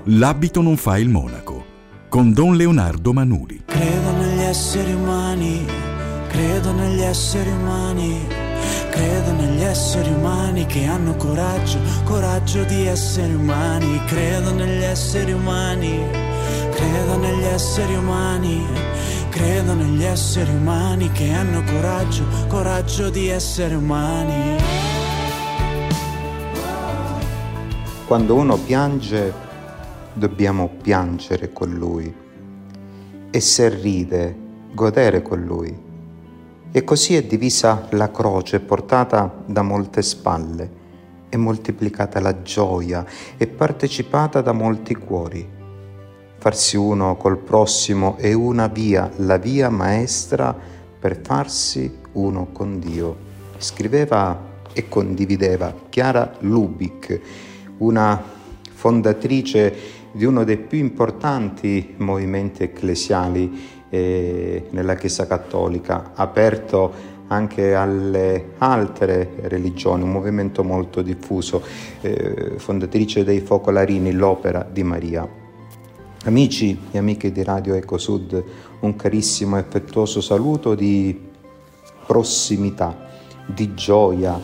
L'abito non fa il monaco, con Don Leonardo Manuli. Credo negli esseri umani, credo negli esseri umani, credo negli esseri umani che hanno coraggio, coraggio di essere umani. Credo negli esseri umani, credo negli esseri umani, credo negli esseri umani che hanno coraggio, coraggio di essere umani. Quando uno piange, dobbiamo piangere con lui, e se ride, godere con lui. E così è divisa la croce, portata da molte spalle, è moltiplicata la gioia, è partecipata da molti cuori. Farsi uno col prossimo è una via, la via maestra per farsi uno con Dio. Scriveva e condivideva Chiara Lubich, una fondatrice di uno dei più importanti movimenti ecclesiali nella Chiesa Cattolica, aperto anche alle altre religioni, un movimento molto diffuso, fondatrice dei Focolarini, l'Opera di Maria. Amici e amiche di Radio Ecosud, un carissimo e affettuoso saluto di prossimità, di gioia.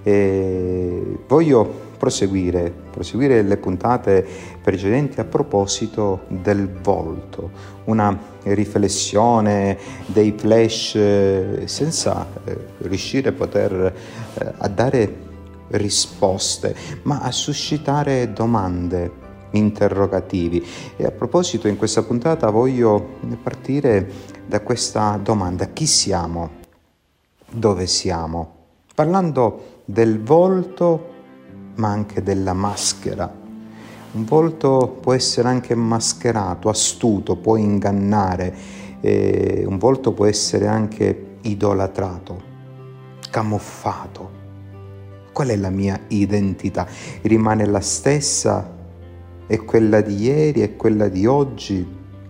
Voglio proseguire le puntate precedenti a proposito del volto, una riflessione, dei flash senza riuscire a poter a dare risposte, ma a suscitare domande, interrogativi. E a proposito, in questa puntata voglio partire da questa domanda: chi siamo? Dove siamo? Parlando del volto, ma anche della maschera. Un volto può essere anche mascherato, astuto, può ingannare, un volto può essere anche idolatrato, camuffato. Qual è la mia identità? Rimane la stessa? È quella di ieri? È quella di oggi?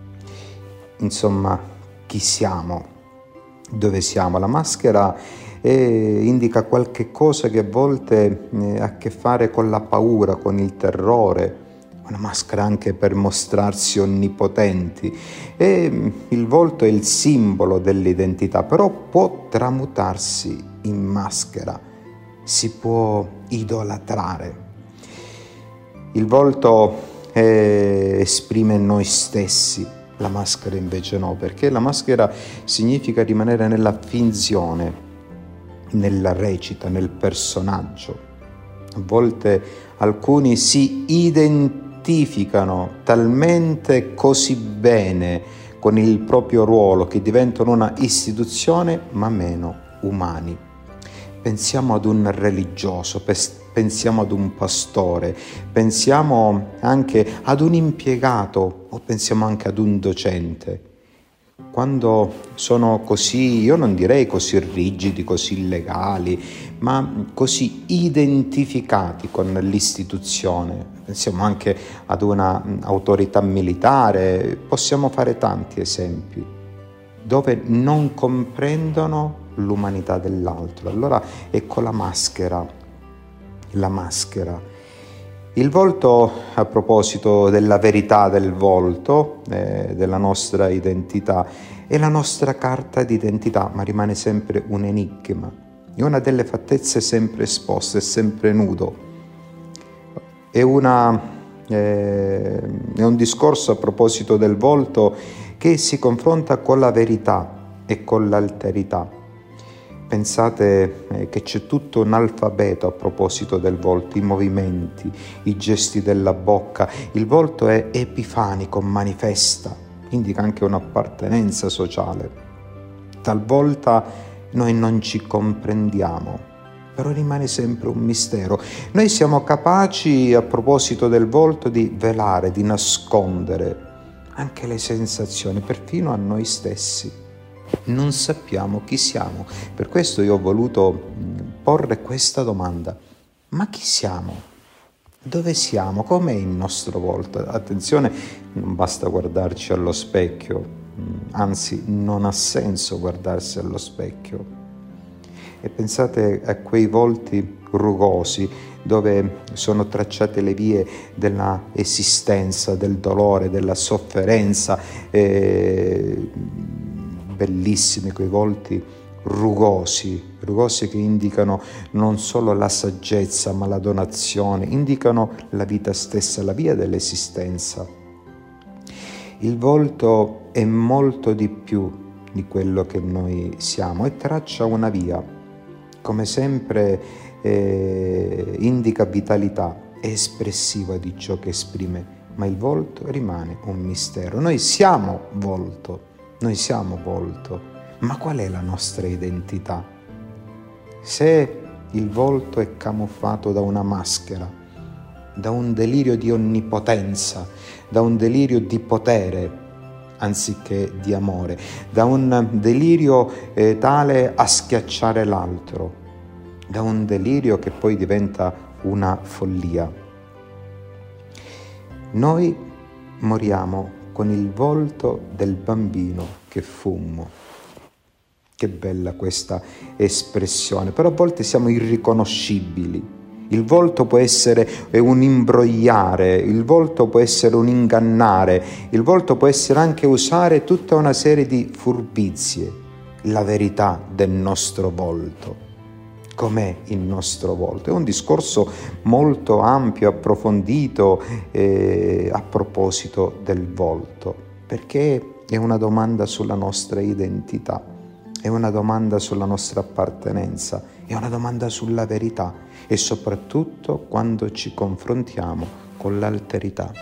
Insomma, chi siamo? Dove siamo? La maschera indica qualche cosa che a volte ha a che fare con la paura, con il terrore, una maschera anche per mostrarsi onnipotenti, e il volto è il simbolo dell'identità, però può tramutarsi in maschera, si può idolatrare. Il volto esprime noi stessi, la maschera invece no, perché la maschera significa rimanere nella finzione, nella recita, nel personaggio. A volte alcuni si identificano talmente così bene con il proprio ruolo che diventano una istituzione ma meno umani. Pensiamo ad un religioso, pensiamo ad un pastore, pensiamo anche ad un impiegato o pensiamo anche ad un docente. Quando sono così, io non direi così rigidi, così legali, ma così identificati con l'istituzione, pensiamo anche ad una autorità militare, possiamo fare tanti esempi, dove non comprendono l'umanità dell'altro. Allora ecco la maschera. Il volto, a proposito della verità del volto, della nostra identità, è la nostra carta d'identità, ma rimane sempre un enigma, è una delle fattezze sempre esposte, è sempre nudo. È un discorso a proposito del volto che si confronta con la verità e con l'alterità. Pensate che c'è tutto un alfabeto a proposito del volto, i movimenti, i gesti della bocca. Il volto è epifanico, manifesta, indica anche un'appartenenza sociale. Talvolta noi non ci comprendiamo, però rimane sempre un mistero. Noi siamo capaci, a proposito del volto, di velare, di nascondere anche le sensazioni, perfino a noi stessi. Non sappiamo chi siamo. Per questo io ho voluto porre questa domanda: ma chi siamo? Dove siamo? Com'è il nostro volto? Attenzione, non basta guardarci allo specchio, anzi non ha senso guardarsi allo specchio. E pensate a quei volti rugosi dove sono tracciate le vie della esistenza, del dolore, della sofferenza, bellissimi quei volti rugosi che indicano non solo la saggezza ma la donazione, indicano la vita stessa, la via dell'esistenza. Il volto è molto di più di quello che noi siamo e traccia una via, come sempre indica vitalità, è espressiva di ciò che esprime, ma il volto rimane un mistero. Noi siamo volto, ma qual è la nostra identità? Se il volto è camuffato da una maschera, da un delirio di onnipotenza, da un delirio di potere anziché di amore, da un delirio tale a schiacciare l'altro, da un delirio che poi diventa una follia. Noi moriamo con il volto del bambino che fummo. Che bella questa espressione, però a volte siamo irriconoscibili. Il volto può essere un imbrogliare, il volto può essere un ingannare, il volto può essere anche usare tutta una serie di furbizie. La verità del nostro volto. Com'è il nostro volto? È un discorso molto ampio, approfondito a proposito del volto, perché è una domanda sulla nostra identità, è una domanda sulla nostra appartenenza, è una domanda sulla verità e soprattutto quando ci confrontiamo con l'alterità.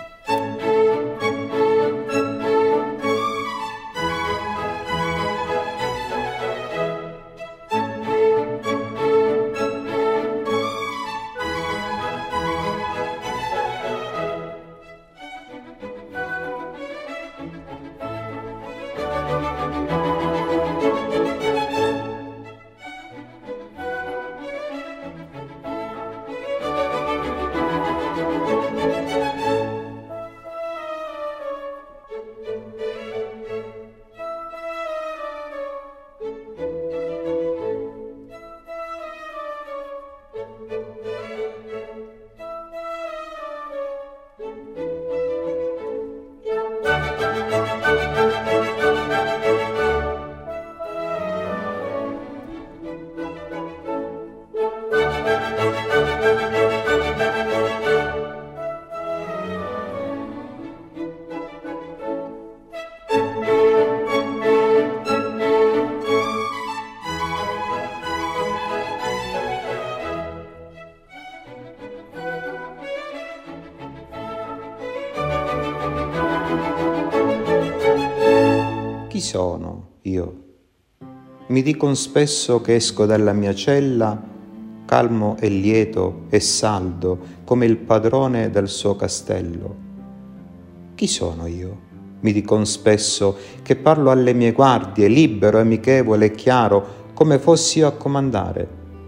Chi sono io? Mi dicono spesso che esco dalla mia cella calmo e lieto e saldo come il padrone del suo castello. Chi sono io? Mi dicono spesso che parlo alle mie guardie, libero, amichevole e chiaro, come fossi io a comandare.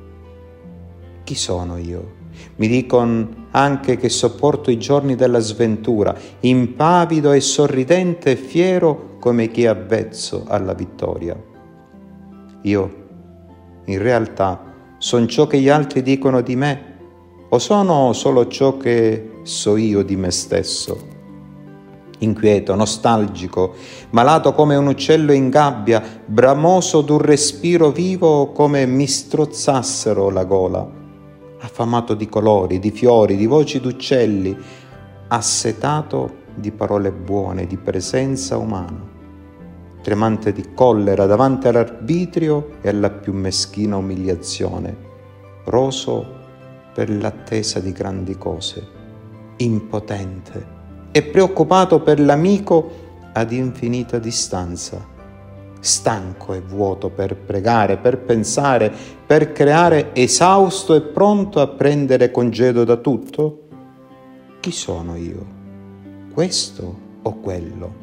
Chi sono io? Mi dicono anche che sopporto i giorni della sventura, impavido e sorridente e fiero come chi è avvezzo alla vittoria. Io, in realtà, sono ciò che gli altri dicono di me, o sono solo ciò che so io di me stesso? Inquieto, nostalgico, malato come un uccello in gabbia, bramoso d'un respiro vivo come mi strozzassero la gola, affamato di colori, di fiori, di voci d'uccelli, assetato di parole buone, di presenza umana, tremante di collera davanti all'arbitrio e alla più meschina umiliazione, roso per l'attesa di grandi cose, impotente e preoccupato per l'amico ad infinita distanza, stanco e vuoto per pregare, per pensare, per creare, esausto e pronto a prendere congedo da tutto? Chi sono io? Questo o quello?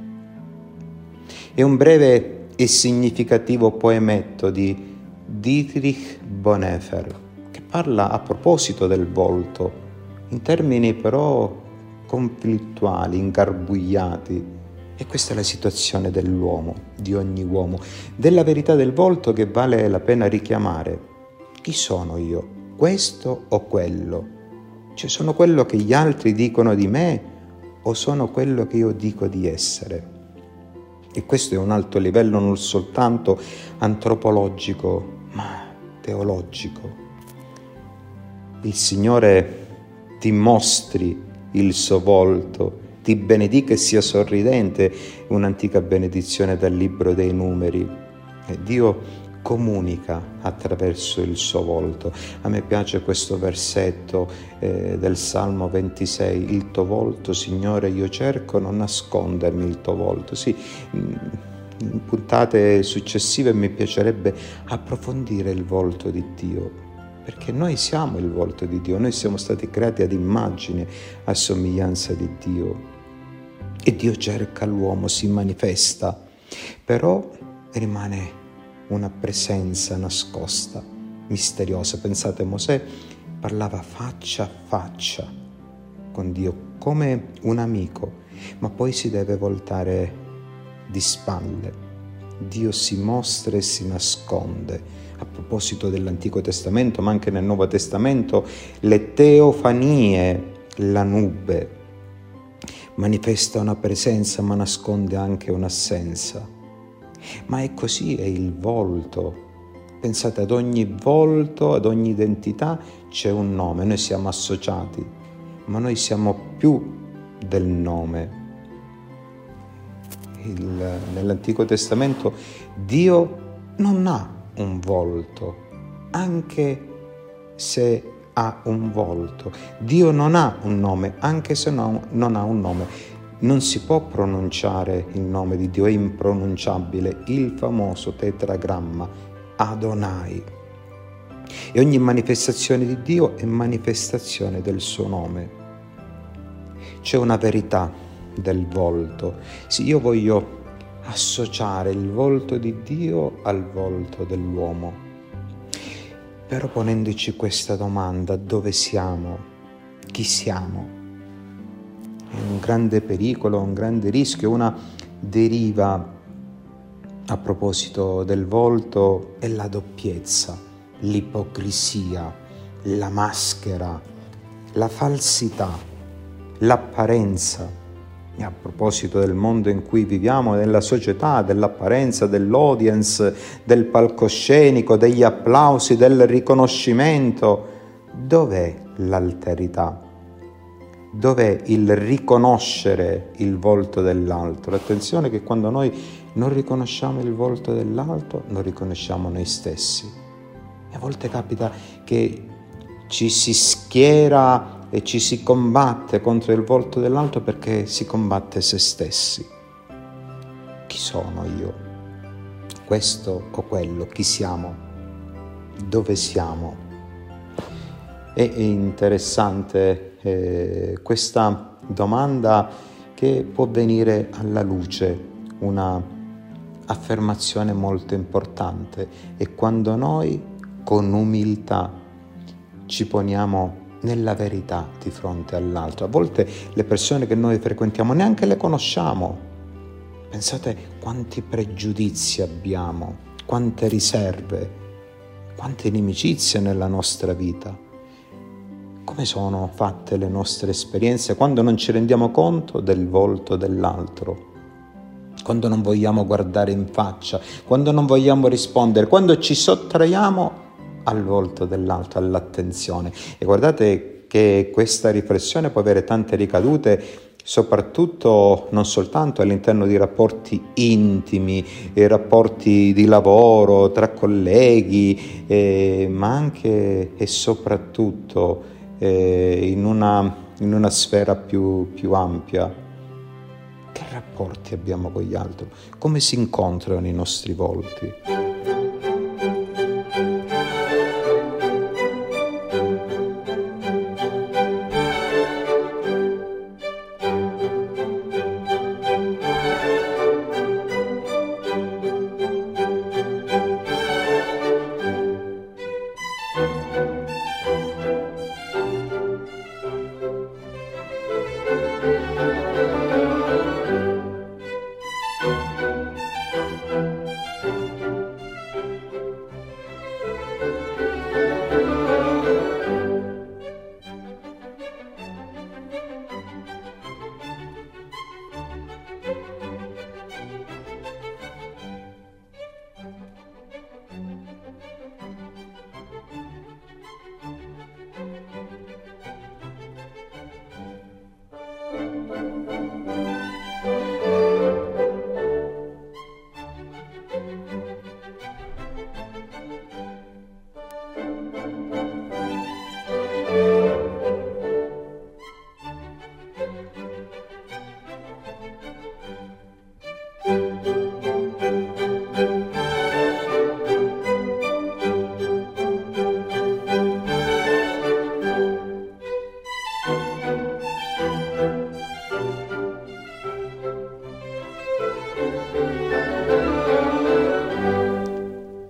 È un breve e significativo poemetto di Dietrich Bonhoeffer che parla a proposito del volto, in termini però conflittuali, ingarbugliati. E questa è la situazione dell'uomo, di ogni uomo, della verità del volto che vale la pena richiamare. Chi sono io? Questo o quello? Cioè, sono quello che gli altri dicono di me o sono quello che io dico di essere? E questo è un alto livello non soltanto antropologico, ma teologico. Il Signore ti mostri il suo volto, ti benedica e sia sorridente, un'antica benedizione dal libro dei Numeri. E Dio comunica attraverso il suo volto. A me piace questo versetto del Salmo 26, il tuo volto, Signore, io cerco, non nascondermi il tuo volto. Sì, in puntate successive mi piacerebbe approfondire il volto di Dio, perché noi siamo il volto di Dio, noi siamo stati creati ad immagine, a somiglianza di Dio. E Dio cerca l'uomo, si manifesta, però rimane una presenza nascosta, misteriosa. Pensate, Mosè parlava faccia a faccia con Dio, come un amico, ma poi si deve voltare di spalle. Dio si mostra e si nasconde. A proposito dell'Antico Testamento, ma anche nel Nuovo Testamento, le teofanie, la nube, manifesta una presenza ma nasconde anche un'assenza. Ma è così, è il volto. Pensate, ad ogni volto, ad ogni identità c'è un nome, noi siamo associati, ma noi siamo più del nome. Nell'Antico Testamento Dio non ha un volto, anche se ha un volto. Dio non ha un nome, anche se non ha un nome. Non si può pronunciare il nome di Dio, è impronunciabile, il famoso tetragramma Adonai. E ogni manifestazione di Dio è manifestazione del suo nome. C'è una verità del volto. Sì, io voglio associare il volto di Dio al volto dell'uomo, però ponendoci questa domanda: dove siamo? Chi siamo? È un grande pericolo, un grande rischio, una deriva a proposito del volto è la doppiezza, l'ipocrisia, la maschera, la falsità, l'apparenza. E a proposito del mondo in cui viviamo, della società, dell'apparenza, dell'audience, del palcoscenico, degli applausi, del riconoscimento, dov'è l'alterità? Dov'è il riconoscere il volto dell'altro? Attenzione che quando noi non riconosciamo il volto dell'altro, non riconosciamo noi stessi. E a volte capita che ci si schiera e ci si combatte contro il volto dell'altro perché si combatte se stessi. Chi sono io? Questo o quello? Chi siamo? Dove siamo? È interessante questa domanda che può venire alla luce, una affermazione molto importante, è quando noi con umiltà ci poniamo nella verità di fronte all'altro. A volte le persone che noi frequentiamo neanche le conosciamo. Pensate quanti pregiudizi abbiamo, quante riserve, quante inimicizie nella nostra vita. Come sono fatte le nostre esperienze quando non ci rendiamo conto del volto dell'altro, quando non vogliamo guardare in faccia, quando non vogliamo rispondere, quando ci sottraiamo al volto dell'altro, all'attenzione. E guardate che questa riflessione può avere tante ricadute, soprattutto non soltanto all'interno di rapporti intimi, rapporti di lavoro tra colleghi, ma anche e soprattutto in una sfera più ampia. Che rapporti abbiamo con gli altri? Come si incontrano i nostri volti?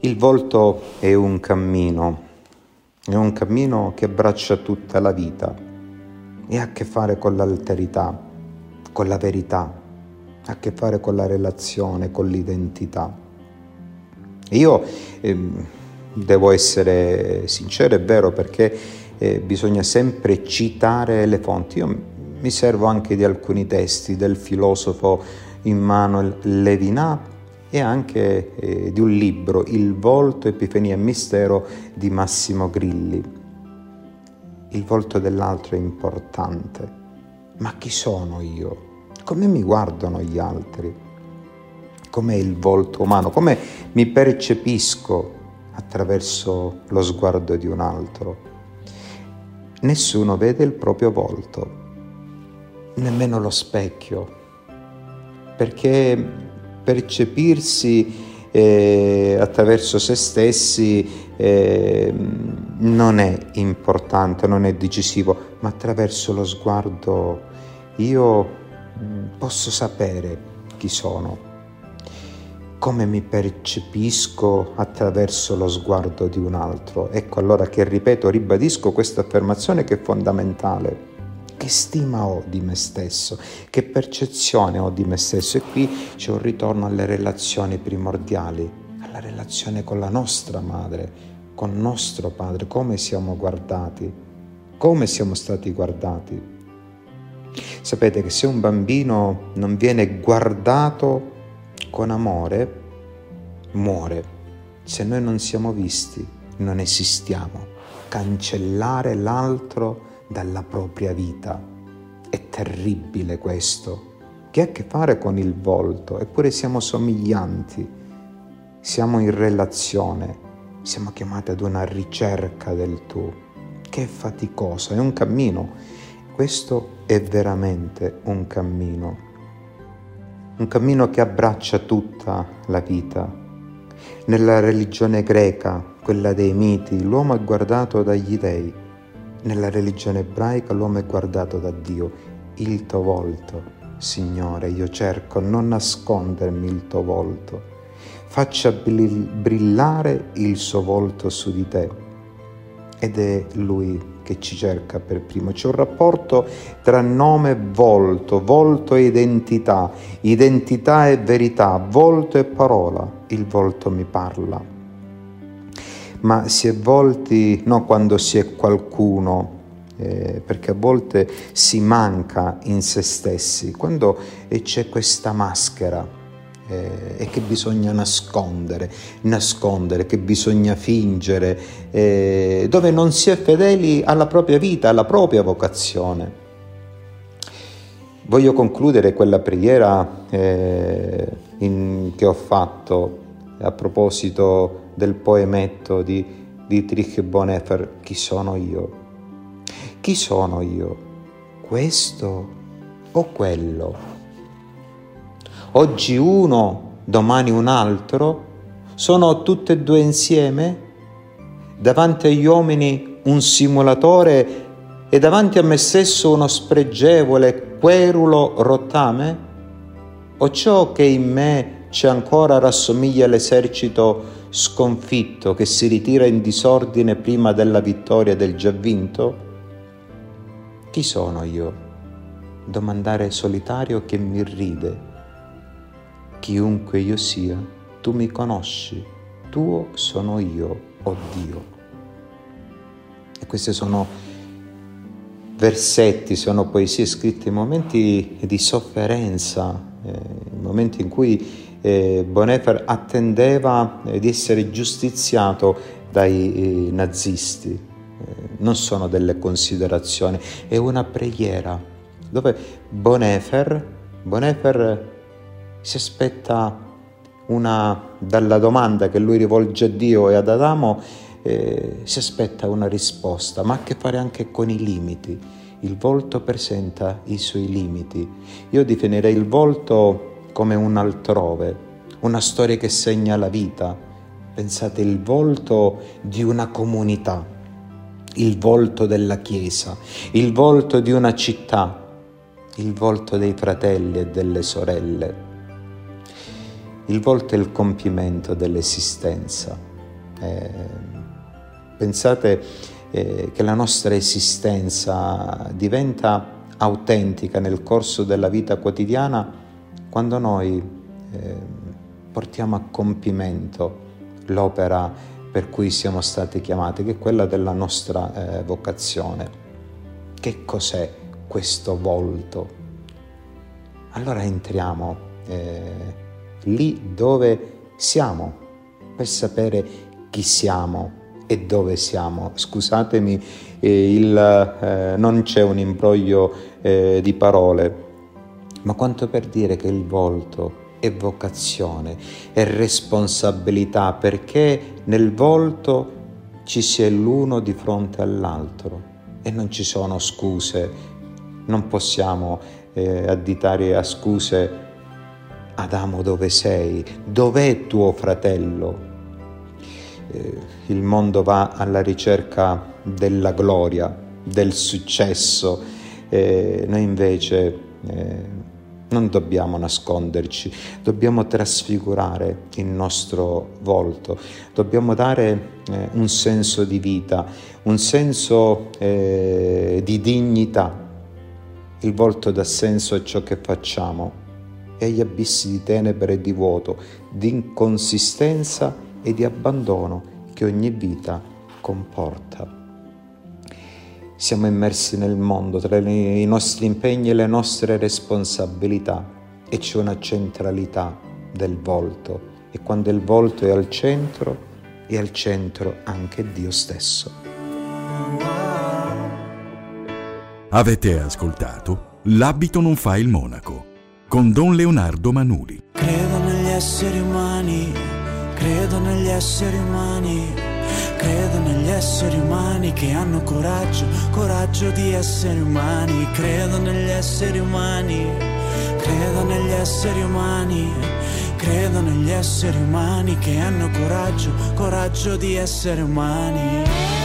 Il volto è un cammino che abbraccia tutta la vita e ha a che fare con l'alterità, con la verità, ha a che fare con la relazione, con l'identità. Io devo essere sincero, è vero, perché bisogna sempre citare le fonti. Io mi servo anche di alcuni testi del filosofo Immanuel Levinas e anche di un libro, Il volto, Epifania e Mistero di Massimo Grilli. Il volto dell'altro è importante, ma chi sono io? Come mi guardano gli altri? Com'è il volto umano? Come mi percepisco attraverso lo sguardo di un altro? Nessuno vede il proprio volto, nemmeno lo specchio, perché percepirsi attraverso se stessi non è importante, non è decisivo, ma attraverso lo sguardo io posso sapere chi sono. Come mi percepisco attraverso lo sguardo di un altro? Ecco allora che ribadisco questa affermazione che è fondamentale. Che stima ho di me stesso? Che percezione ho di me stesso? E qui c'è un ritorno alle relazioni primordiali, alla relazione con la nostra madre, con nostro padre, come siamo guardati, come siamo stati guardati. Sapete che se un bambino non viene guardato con amore, muore. Se noi non siamo visti, non esistiamo. Cancellare l'altro dalla propria vita è terribile questo, che ha a che fare con il volto, eppure siamo somiglianti, siamo in relazione, siamo chiamati ad una ricerca del tu, che è faticoso, è un cammino. Questo è veramente un cammino che abbraccia tutta la vita. Nella religione greca, quella dei miti, l'uomo è guardato dagli dei. Nella religione ebraica l'uomo è guardato da Dio. Il tuo volto, Signore, io cerco, non nascondermi il tuo volto. Faccia brillare il suo volto su di te. Ed è Lui che ci cerca per primo. C'è un rapporto tra nome e volto, volto e identità, identità e verità, volto e parola. Il volto mi parla. Ma si è volti non quando si è qualcuno, perché a volte si manca in se stessi, quando c'è questa maschera e che bisogna nascondere, che bisogna fingere, dove non si è fedeli alla propria vita, alla propria vocazione. Voglio concludere quella preghiera che ho fatto a proposito del poemetto di Dietrich Bonhoeffer. Chi sono io? Chi sono io? Questo o quello? Oggi uno, domani un altro? Sono tutte e due insieme? Davanti agli uomini un simulatore e davanti a me stesso uno spregevole, querulo rottame? O ciò che in me c'è ancora rassomiglia all'esercito sconfitto che si ritira in disordine prima della vittoria del già vinto? Chi sono io? Domandare solitario che mi ride. Chiunque io sia, tu mi conosci, tuo sono io, o Dio. E questi sono versetti, sono poesie scritte in momenti di sofferenza, in momenti in cui Bonhoeffer attendeva di essere giustiziato dai nazisti. Non sono delle considerazioni, è una preghiera dove Bonhoeffer si aspetta dalla domanda che lui rivolge a Dio e ad Adamo, si aspetta una risposta, ma ha a che fare anche con i limiti. Il volto presenta i suoi limiti. Io definirei il volto come un altrove, una storia che segna la vita. Pensate, il volto di una comunità, il volto della Chiesa, il volto di una città, il volto dei fratelli e delle sorelle. Il volto è il compimento dell'esistenza. Pensate che la nostra esistenza diventa autentica nel corso della vita quotidiana quando noi portiamo a compimento l'opera per cui siamo stati chiamati, che è quella della nostra vocazione. Che cos'è questo volto? Allora entriamo lì dove siamo per sapere chi siamo e dove siamo. Scusatemi, non c'è un imbroglio di parole, ma quanto per dire che il volto è vocazione, è responsabilità, perché nel volto ci si è l'uno di fronte all'altro e non ci sono scuse, non possiamo additare a scuse. Adamo, dove sei? Dov'è tuo fratello? Il mondo va alla ricerca della gloria, del successo, noi invece non dobbiamo nasconderci, dobbiamo trasfigurare il nostro volto, dobbiamo dare un senso di vita, un senso di dignità. Il volto dà senso a ciò che facciamo e agli abissi di tenebre e di vuoto, di inconsistenza e di abbandono che ogni vita comporta. Siamo immersi nel mondo tra i nostri impegni e le nostre responsabilità e c'è una centralità del volto, e quando il volto è al centro anche Dio stesso. Avete ascoltato L'abito non fa il monaco con Don Leonardo Manuli. Credo negli esseri umani, credo negli esseri umani. Credo negli esseri umani che hanno coraggio di essere umani. Credo negli esseri umani, credo negli esseri umani. Credo negli esseri umani che hanno coraggio di essere umani.